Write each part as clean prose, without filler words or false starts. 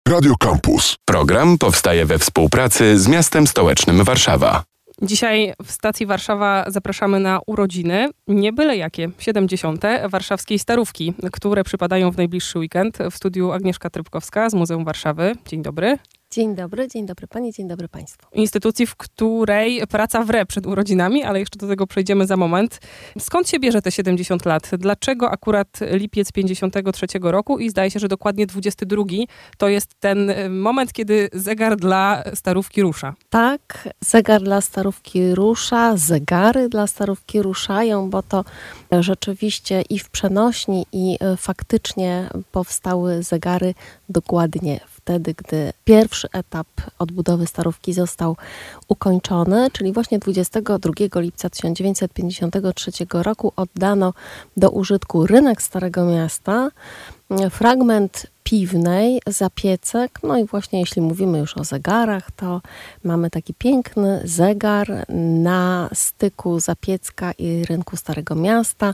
Radio Campus. Program powstaje we współpracy z miastem stołecznym Warszawa. Dzisiaj w stacji Warszawa zapraszamy na urodziny, nie byle jakie, 70. warszawskiej Starówki, które przypadają w najbliższy weekend. W studiu Agnieszka Trybkowska z Muzeum Warszawy. Dzień dobry. Dzień dobry pani, dzień dobry państwu. Instytucji, w której praca wre przed urodzinami, ale jeszcze do tego przejdziemy za moment. Skąd się bierze te 70 lat? Dlaczego akurat lipiec 53 roku i zdaje się, że dokładnie 22 to jest ten moment, kiedy zegar dla Starówki rusza? Tak, zegar dla Starówki rusza, zegary dla Starówki ruszają, bo to rzeczywiście i w przenośni, i faktycznie powstały zegary dokładnie wtedy, gdy pierwszy etap odbudowy Starówki został ukończony, czyli właśnie 22 lipca 1953 roku oddano do użytku rynek Starego Miasta, fragment Piwnej, Zapiecek, no i właśnie jeśli mówimy już o zegarach, to mamy taki piękny zegar na styku Zapiecka i rynku Starego Miasta.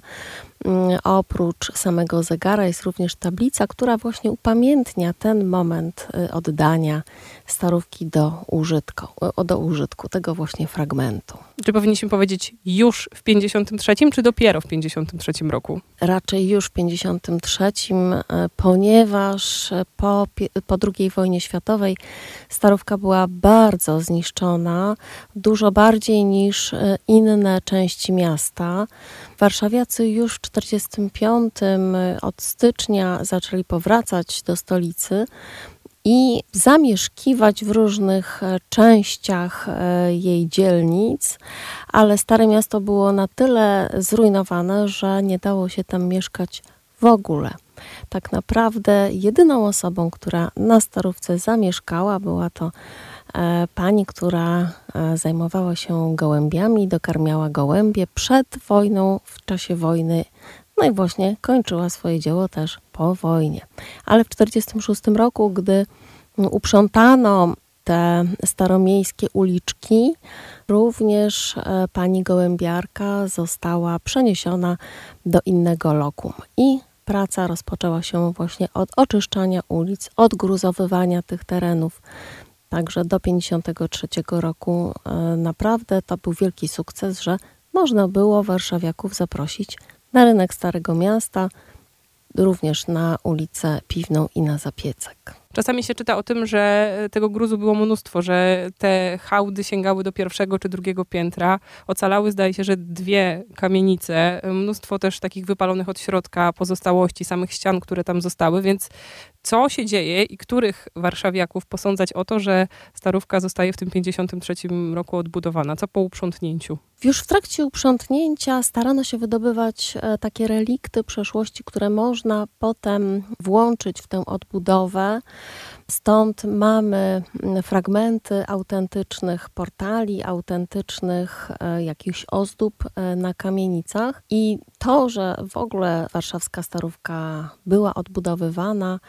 Oprócz samego zegara jest również tablica, która właśnie upamiętnia ten moment oddania Starówki do użytku tego właśnie fragmentu. Czy powinniśmy powiedzieć już w 53, czy dopiero w 53 roku? Raczej już w 53, ponieważ po II wojnie światowej Starówka była bardzo zniszczona, dużo bardziej niż inne części miasta. Warszawiacy już w 1945 od stycznia zaczęli powracać do stolicy i zamieszkiwać w różnych częściach jej dzielnic, ale Stare Miasto było na tyle zrujnowane, że nie dało się tam mieszkać w ogóle. Tak naprawdę jedyną osobą, która na Starówce zamieszkała, była to pani, która zajmowała się gołębiami, dokarmiała gołębie przed wojną, w czasie wojny, no i właśnie kończyła swoje dzieło też po wojnie. Ale w 1946 roku, gdy uprzątano te staromiejskie uliczki, również pani gołębiarka została przeniesiona do innego lokum i praca rozpoczęła się właśnie od oczyszczania ulic, od gruzowywania tych terenów. Także do 1953 roku naprawdę to był wielki sukces, że można było warszawiaków zaprosić na rynek Starego Miasta, również na ulicę Piwną i na Zapiecek. Czasami się czyta o tym, że tego gruzu było mnóstwo, że te hałdy sięgały do pierwszego czy drugiego piętra. Ocalały, zdaje się, że 2 kamienice, mnóstwo też takich wypalonych od środka pozostałości samych ścian, które tam zostały, więc co się dzieje i których warszawiaków posądzać o to, że Starówka zostaje w tym 53 roku odbudowana? Co po uprzątnięciu? Już w trakcie uprzątnięcia starano się wydobywać takie relikty przeszłości, które można potem włączyć w tę odbudowę. Stąd mamy fragmenty autentycznych portali, autentycznych jakichś ozdób na kamienicach. I to, że w ogóle warszawska Starówka była odbudowywana,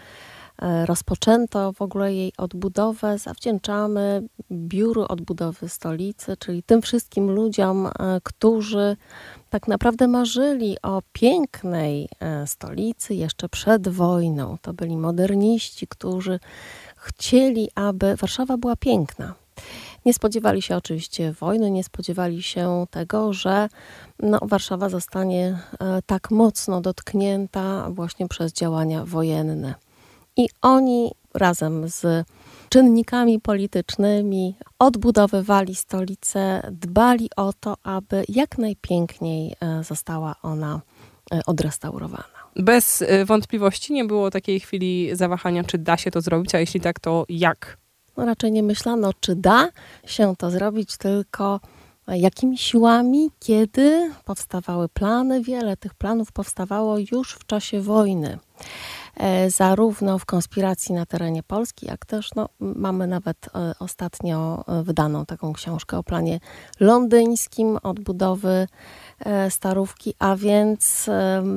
rozpoczęto w ogóle jej odbudowę, zawdzięczamy Biuru Odbudowy Stolicy, czyli tym wszystkim ludziom, którzy tak naprawdę marzyli o pięknej stolicy jeszcze przed wojną. To byli moderniści, którzy chcieli, aby Warszawa była piękna. Nie spodziewali się oczywiście wojny, nie spodziewali się tego, że Warszawa zostanie tak mocno dotknięta właśnie przez działania wojenne. I oni razem z czynnikami politycznymi odbudowywali stolicę, dbali o to, aby jak najpiękniej została ona odrestaurowana. Bez wątpliwości nie było takiej chwili zawahania, czy da się to zrobić, a jeśli tak, to jak? Raczej nie myślano, czy da się to zrobić, tylko jakimi siłami, kiedy powstawały plany. Wiele tych planów powstawało już w czasie wojny. Zarówno w konspiracji na terenie Polski, jak też mamy nawet ostatnio wydaną taką książkę o planie londyńskim odbudowy Starówki, a więc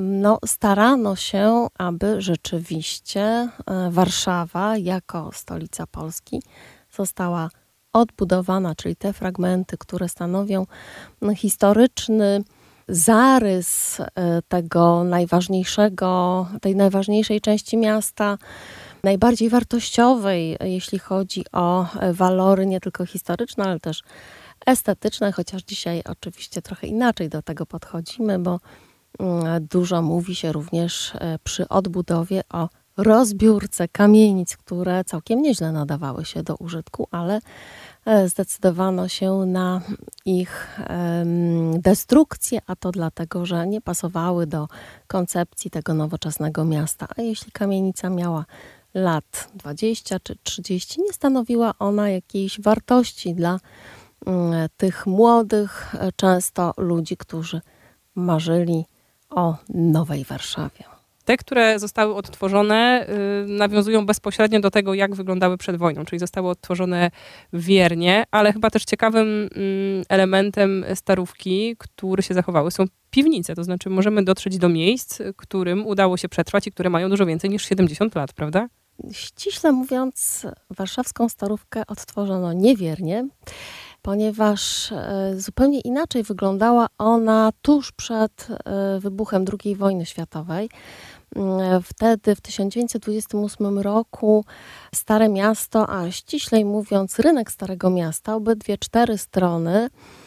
starano się, aby rzeczywiście Warszawa jako stolica Polski została odbudowana, czyli te fragmenty, które stanowią historyczny zarys tej najważniejszej części miasta, najbardziej wartościowej, jeśli chodzi o walory nie tylko historyczne, ale też estetyczne, chociaż dzisiaj oczywiście trochę inaczej do tego podchodzimy, bo dużo mówi się również przy odbudowie o rozbiórce kamienic, które całkiem nieźle nadawały się do użytku, ale zdecydowano się na ich destrukcję, a to dlatego, że nie pasowały do koncepcji tego nowoczesnego miasta. A jeśli kamienica miała lat 20 czy 30, nie stanowiła ona jakiejś wartości dla tych młodych, często ludzi, którzy marzyli o nowej Warszawie. Te, które zostały odtworzone, nawiązują bezpośrednio do tego, jak wyglądały przed wojną, czyli zostały odtworzone wiernie, ale chyba też ciekawym elementem Starówki, które się zachowały, są piwnice. To znaczy możemy dotrzeć do miejsc, którym udało się przetrwać i które mają dużo więcej niż 70 lat, prawda? Ściśle mówiąc, warszawską Starówkę odtworzono niewiernie, ponieważ zupełnie inaczej wyglądała ona tuż przed wybuchem II wojny światowej. Wtedy w 1928 roku Stare Miasto, a ściślej mówiąc rynek Starego Miasta, obydwie 4 strony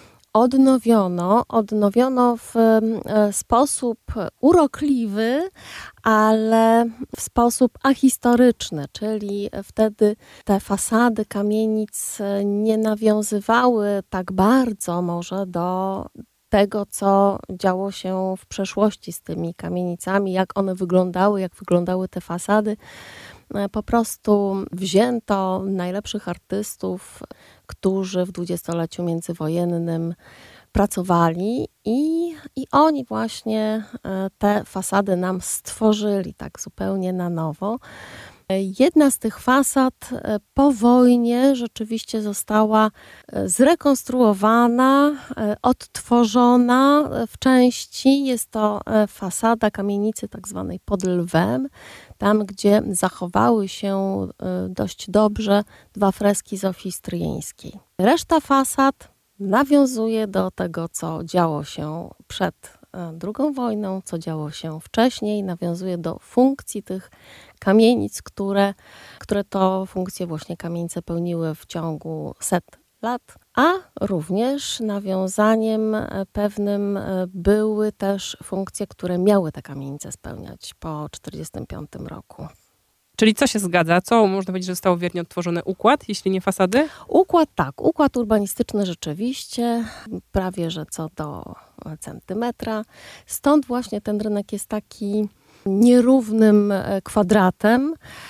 odnowiono w sposób urokliwy, ale w sposób ahistoryczny, czyli wtedy te fasady kamienic nie nawiązywały tak bardzo może do tego, co działo się w przeszłości z tymi kamienicami, jak one wyglądały, jak wyglądały te fasady. Po prostu wzięto najlepszych artystów, którzy w dwudziestoleciu międzywojennym pracowali i oni właśnie te fasady nam stworzyli tak zupełnie na nowo. Jedna z tych fasad po wojnie rzeczywiście została zrekonstruowana, odtworzona w części. Jest to fasada kamienicy tak zwanej pod Lwem, tam gdzie zachowały się dość dobrze 2 freski Zofii Stryjeńskiej. Reszta fasad nawiązuje do tego, co działo się przed II wojną, co działo się wcześniej, nawiązuje do funkcji tych kamienic, które to funkcje właśnie kamienice pełniły w ciągu 100 lat, a również nawiązaniem pewnym były też funkcje, które miały te kamienice spełniać po 1945 roku. Czyli co się zgadza? Co można powiedzieć, że zostało wiernie odtworzone? Układ, jeśli nie fasady? Układ tak, układ urbanistyczny rzeczywiście, prawie że co do centymetra. Stąd właśnie ten rynek jest taki nierównym kwadratem.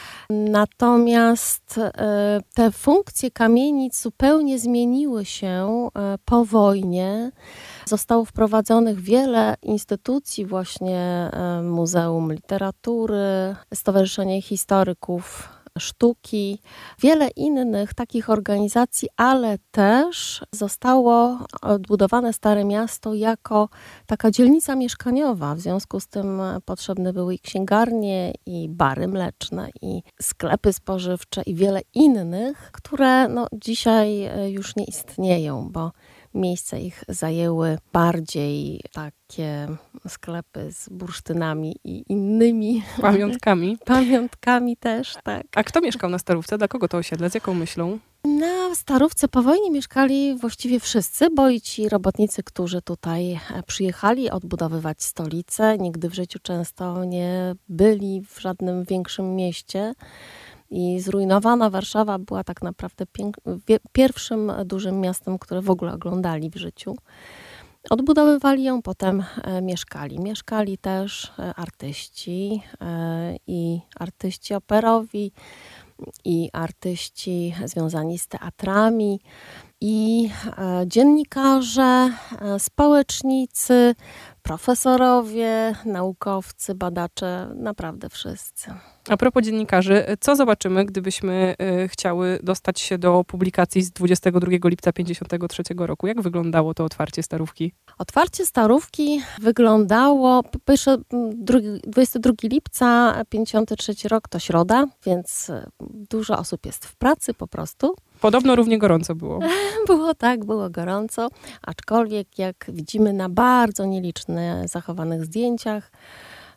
Natomiast te funkcje kamienic zupełnie zmieniły się po wojnie. Zostało wprowadzonych wiele instytucji, właśnie Muzeum Literatury, Stowarzyszenie Historyków Sztuki, wiele innych takich organizacji, ale też zostało odbudowane Stare Miasto jako taka dzielnica mieszkaniowa. W związku z tym potrzebne były i księgarnie, i bary mleczne, i sklepy spożywcze, i wiele innych, które dzisiaj już nie istnieją, bo miejsce ich zajęły bardziej takie sklepy z bursztynami i innymi Pamiątkami. Pamiątkami też, tak. A kto mieszkał na Starówce? Dla kogo to osiedle? Z jaką myślą? Na Starówce po wojnie mieszkali właściwie wszyscy, bo i ci robotnicy, którzy tutaj przyjechali odbudowywać stolicę, nigdy w życiu często nie byli w żadnym większym mieście. I zrujnowana Warszawa była tak naprawdę pierwszym dużym miastem, które w ogóle oglądali w życiu. Odbudowywali ją, potem mieszkali. Mieszkali też artyści i artyści operowi, i artyści związani z teatrami, i dziennikarze, społecznicy, profesorowie, naukowcy, badacze, naprawdę wszyscy. A propos dziennikarzy, co zobaczymy, gdybyśmy chciały dostać się do publikacji z 22 lipca 1953 roku? Jak wyglądało to otwarcie Starówki? Otwarcie Starówki wyglądało, pierwsze 22 lipca 1953 rok to środa, więc dużo osób jest w pracy po prostu. Podobno równie gorąco było. Było gorąco, aczkolwiek jak widzimy na bardzo nielicznych zachowanych zdjęciach,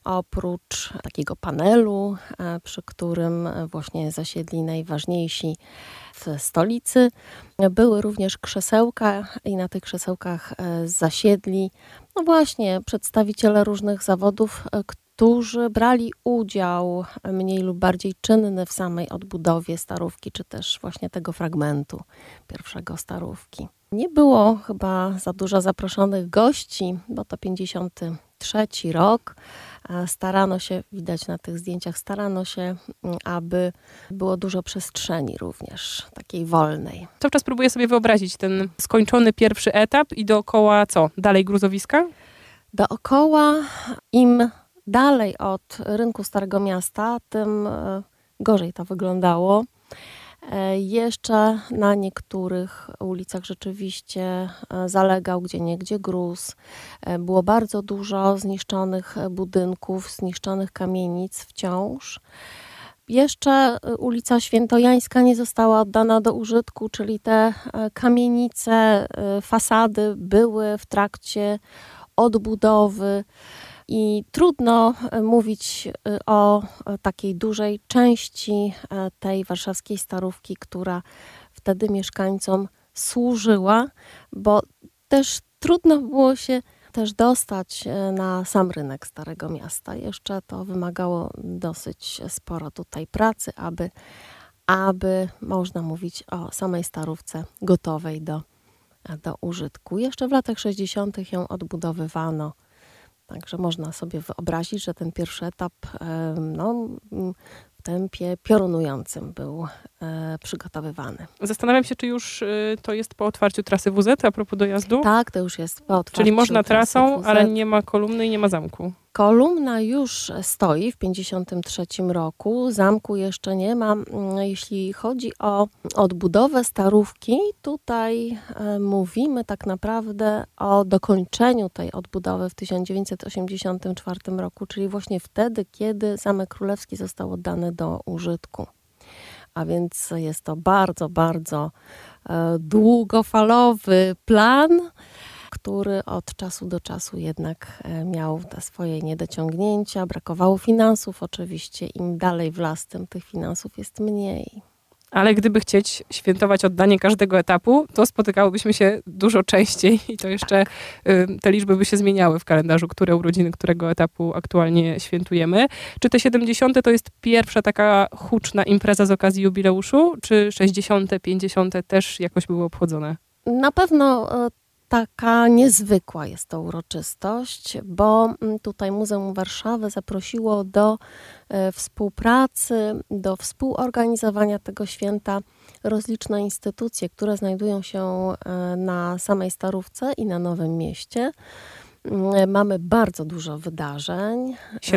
oprócz takiego panelu, przy którym właśnie zasiedli najważniejsi w stolicy, były również krzesełka i na tych krzesełkach zasiedli no właśnie przedstawiciele różnych zawodów, którzy brali udział mniej lub bardziej czynny w samej odbudowie Starówki, czy też właśnie tego fragmentu pierwszego Starówki. Nie było chyba za dużo zaproszonych gości, bo to 53 rok. Starano się, widać na tych zdjęciach, aby było dużo przestrzeni również, takiej wolnej. Cały czas próbuję sobie wyobrazić ten skończony pierwszy etap i dookoła co? Dalej gruzowiska? Dookoła im dalej od rynku Starego Miasta, tym gorzej to wyglądało. Jeszcze na niektórych ulicach rzeczywiście zalegał gdzieniegdzie gruz. Było bardzo dużo zniszczonych budynków, zniszczonych kamienic wciąż. Jeszcze ulica Świętojańska nie została oddana do użytku, czyli te kamienice, fasady były w trakcie odbudowy. I trudno mówić o takiej dużej części tej warszawskiej Starówki, która wtedy mieszkańcom służyła, bo też trudno było się też dostać na sam rynek Starego Miasta. Jeszcze to wymagało dosyć sporo tutaj pracy, aby można mówić o samej Starówce gotowej do użytku. Jeszcze w latach 60. ją odbudowywano. Także można sobie wyobrazić, że ten pierwszy etap w tempie piorunującym był przygotowywany. Zastanawiam się, czy już to jest po otwarciu trasy WZ a propos dojazdu? Tak, to już jest po otwarciu. Czyli można trasą, WZ. ale nie ma kolumny i nie ma zamku. Kolumna już stoi w 1953 roku, zamku jeszcze nie ma. Jeśli chodzi o odbudowę Starówki, tutaj mówimy tak naprawdę o dokończeniu tej odbudowy w 1984 roku, czyli właśnie wtedy, kiedy Zamek Królewski został oddany do użytku. A więc jest to bardzo, bardzo długofalowy plan, który od czasu do czasu jednak miał te swoje niedociągnięcia. Brakowało finansów oczywiście. Im dalej w las, tym tych finansów jest mniej. Ale gdyby chcieć świętować oddanie każdego etapu, to spotykałybyśmy się dużo częściej i to jeszcze te liczby by się zmieniały w kalendarzu, które urodziny którego etapu aktualnie świętujemy. Czy te 70. to jest pierwsza taka huczna impreza z okazji jubileuszu, czy 60., 50. też jakoś były obchodzone? Na pewno taka niezwykła jest to uroczystość, bo tutaj Muzeum Warszawy zaprosiło do współpracy, do współorganizowania tego święta rozliczne instytucje, które znajdują się na samej Starówce i na Nowym Mieście. Mamy bardzo dużo wydarzeń.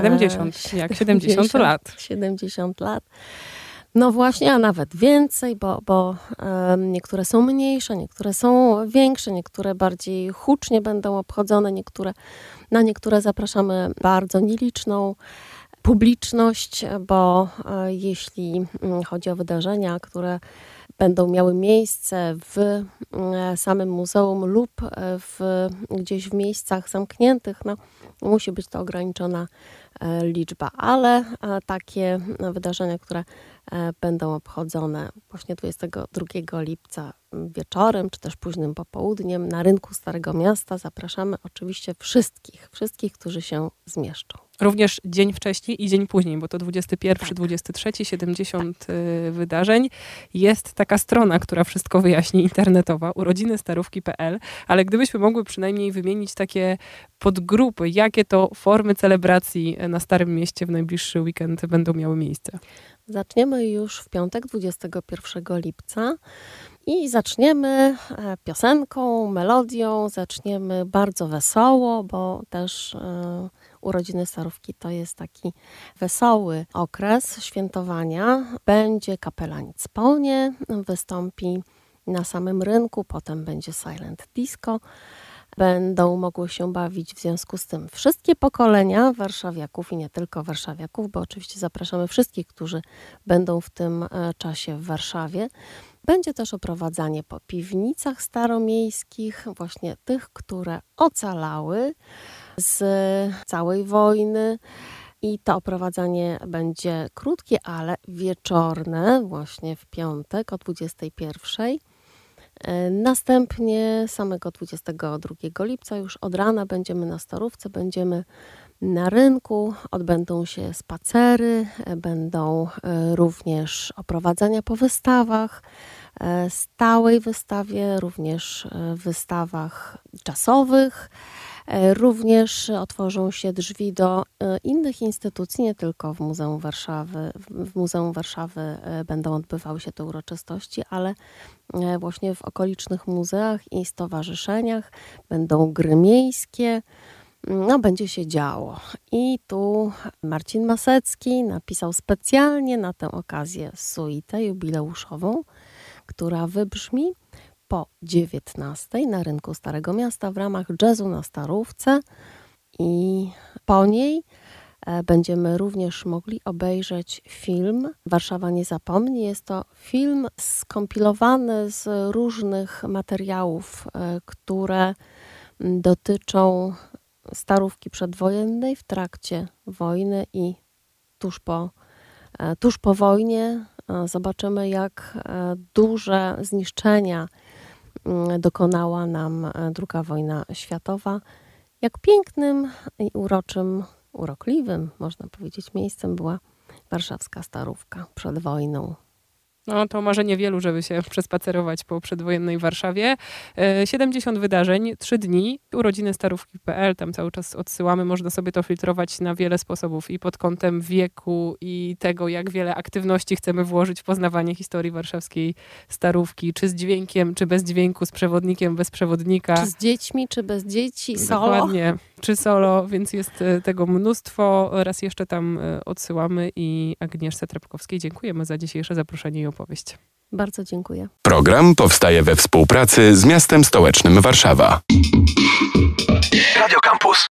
70 lat. 70 lat. No właśnie, a nawet więcej, bo niektóre są mniejsze, niektóre są większe, niektóre bardziej hucznie będą obchodzone, na niektóre zapraszamy bardzo nieliczną publiczność, bo jeśli chodzi o wydarzenia, które będą miały miejsce w samym muzeum lub gdzieś w miejscach zamkniętych, no, musi być to ograniczona liczba, ale takie wydarzenia, które będą obchodzone właśnie 22 lipca wieczorem, czy też późnym popołudniem na rynku Starego Miasta, zapraszamy oczywiście wszystkich, którzy się zmieszczą. Również dzień wcześniej i dzień później, bo to 21, tak. 23, 70 wydarzeń. Jest taka strona, która wszystko wyjaśni, internetowa, urodzinystarówki.pl, ale gdybyśmy mogły przynajmniej wymienić takie podgrupy, jakie to formy celebracji na Starym Mieście w najbliższy weekend będą miały miejsce. Zaczniemy już w piątek, 21 lipca i zaczniemy piosenką, melodią, zaczniemy bardzo wesoło, bo też urodziny Starówki to jest taki wesoły okres świętowania. Będzie kapela Nicponie, wystąpi na samym rynku, potem będzie silent disco. Będą mogły się bawić w związku z tym wszystkie pokolenia warszawiaków i nie tylko warszawiaków, bo oczywiście zapraszamy wszystkich, którzy będą w tym czasie w Warszawie. Będzie też oprowadzanie po piwnicach staromiejskich, właśnie tych, które ocalały z całej wojny. I to oprowadzanie będzie krótkie, ale wieczorne, właśnie w piątek o 21:00. Następnie samego 22 lipca już od rana będziemy na Starówce, będziemy na rynku, odbędą się spacery, będą również oprowadzania po wystawach, stałej wystawie, również wystawach czasowych. Również otworzą się drzwi do innych instytucji, nie tylko w Muzeum Warszawy. W Muzeum Warszawy będą odbywały się te uroczystości, ale właśnie w okolicznych muzeach i stowarzyszeniach będą gry miejskie. Będzie się działo. I tu Marcin Masecki napisał specjalnie na tę okazję suitę jubileuszową, która wybrzmi po 19:00 na rynku Starego Miasta w ramach jazzu na Starówce i po niej będziemy również mogli obejrzeć film Warszawa nie zapomni. Jest to film skompilowany z różnych materiałów, które dotyczą Starówki przedwojennej, w trakcie wojny i tuż po wojnie. Zobaczymy, jak duże zniszczenia dokonała nam II wojna światowa. Jak pięknym i uroczym, urokliwym, można powiedzieć, miejscem była warszawska Starówka przed wojną. No to marzenie wielu, żeby się przespacerować po przedwojennej Warszawie. 70 wydarzeń, 3 dni, urodziny starówki.pl, tam cały czas odsyłamy, można sobie to filtrować na wiele sposobów i pod kątem wieku i tego, jak wiele aktywności chcemy włożyć w poznawanie historii warszawskiej Starówki, czy z dźwiękiem, czy bez dźwięku, z przewodnikiem, bez przewodnika. Czy z dziećmi, czy bez dzieci, solo. Dokładnie, czy solo, więc jest tego mnóstwo. Raz jeszcze tam odsyłamy i Agnieszce Trepkowskiej dziękujemy za dzisiejsze zaproszenie i opowieść. Bardzo dziękuję. Program powstaje we współpracy z miastem stołecznym Warszawa. Radio Campus.